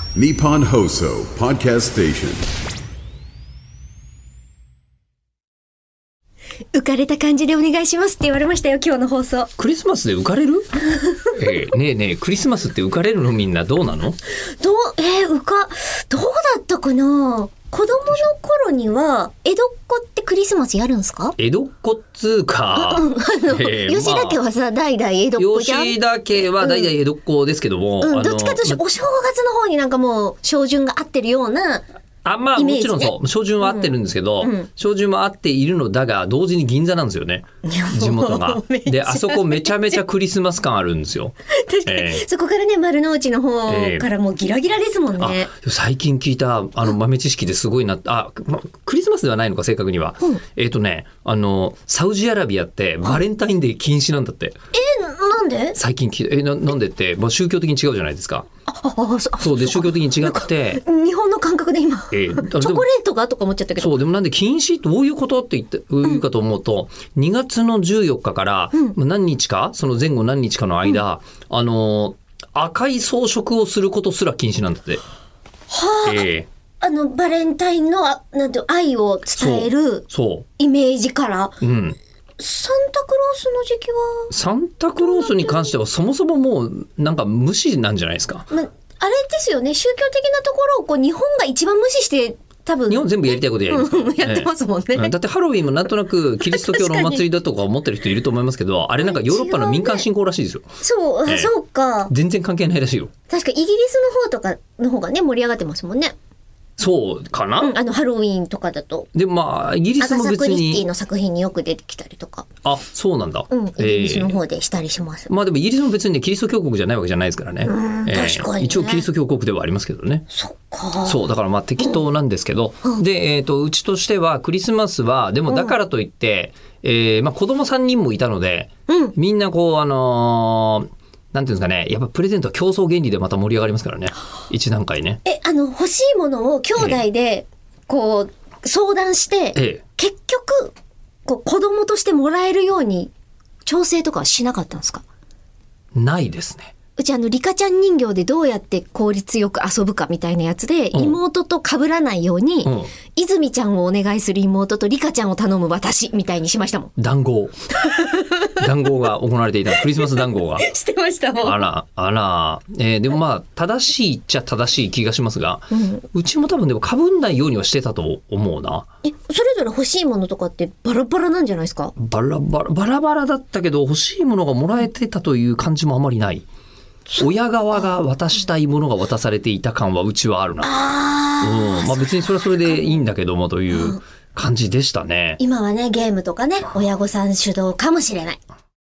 Nippon Hoso Podcast Station。 浮かれた感じでお願いしますって言われましたよ、今日の放送。 クリスマスで浮かれるねえねえ、クリスマスって浮かれるの？みんなどうなの？ どうだったかな。子供の頃には江戸っ子ってクリスマスやるんすか？ 江戸っ子っつうか、 吉田家はさ、代々江戸っ子じゃん。 吉田家は代々江戸っ子ですけども、 どっちかというとお正月の方になんかもう照準が合ってるようなまあもちろんそう、照準は合ってるんですけど、照準は合っているのだが同時に銀座なんですよね、地元が。であそこめちゃめちゃクリスマス感あるんですよ。 確かに、そこからね、丸の内の方からもうギラギラですもんね。 最近聞いた豆知識ですごいなクリスマスではないのか正確には、サウジアラビアってバレンタインデー禁止なんだって。 なんで？ 最近聞いた。なんでって、宗教的に違うじゃないですか。そうで宗教的に違って日本の感覚で今、チョコレートがとか思っちゃったけど。 そうでもなんで禁止どういうことって言うかと思うと、2月の14日から何日か、その前後何日かの間、赤い装飾をすることすら禁止なんだって。 バレンタインのなんて愛を伝えるイメージから。サンタクロースの時期は、 サンタクロースに関してはそもそももうなんか無視なんじゃないですか。 あれですよね、宗教的なところを日本が一番無視して多分日本全部やりたいことやります、 やってますもんね。 だってハロウィンもなんとなくキリスト教のお祭りだとか思ってる人いると思いますけど、あれなんかヨーロッパの民間信仰らしいですよ。 そうか。 全然関係ないらしいよ。 確かイギリスの方とかの方がね盛り上がってますもんね。 そうかな、 ハロウィーンとかだと。 でイギリスも別にアガサ・クリスティの作品によく出てきたりとか。 そうなんだ。 イギリスの方でしたりします。 でもイギリスも別にねキリスト教国じゃないわけじゃないですからね。 確かにね。 一応キリスト教国ではありますけどね。 そっか。 そうだから適当なんですけど、でうちとしてはクリスマスはでもだからといって、子供3人もいたので、みんなこうなんていうんですかね、やっぱプレゼントは競争原理でまた盛り上がりますからね、一段階ね。 欲しいものを兄弟でこう相談して、結局子供としてもらえるように調整とかはしなかったんですか？ ないですね。 うちリカちゃん人形でどうやって効率よく遊ぶかみたいなやつで、妹と被らないように、泉ちゃんをお願いする妹とリカちゃんを頼む私みたいにしましたもん。 談合が行われていた。クリスマス談合がしてましたもん。 あら、でも正しいっちゃ正しい気がしますが、うちも多分でも被んないようにはしてたと思うな。 それぞれ欲しいものとかってバラバラなんじゃないですか？バラバラだったけど欲しいものがもらえてたという感じもあまりない。親側が渡したいものが渡されていた感はうちはあるな。別にそれはそれでいいんだけどもという感じでしたね。 今はね、ゲームとかね、親御さん主導かもしれない。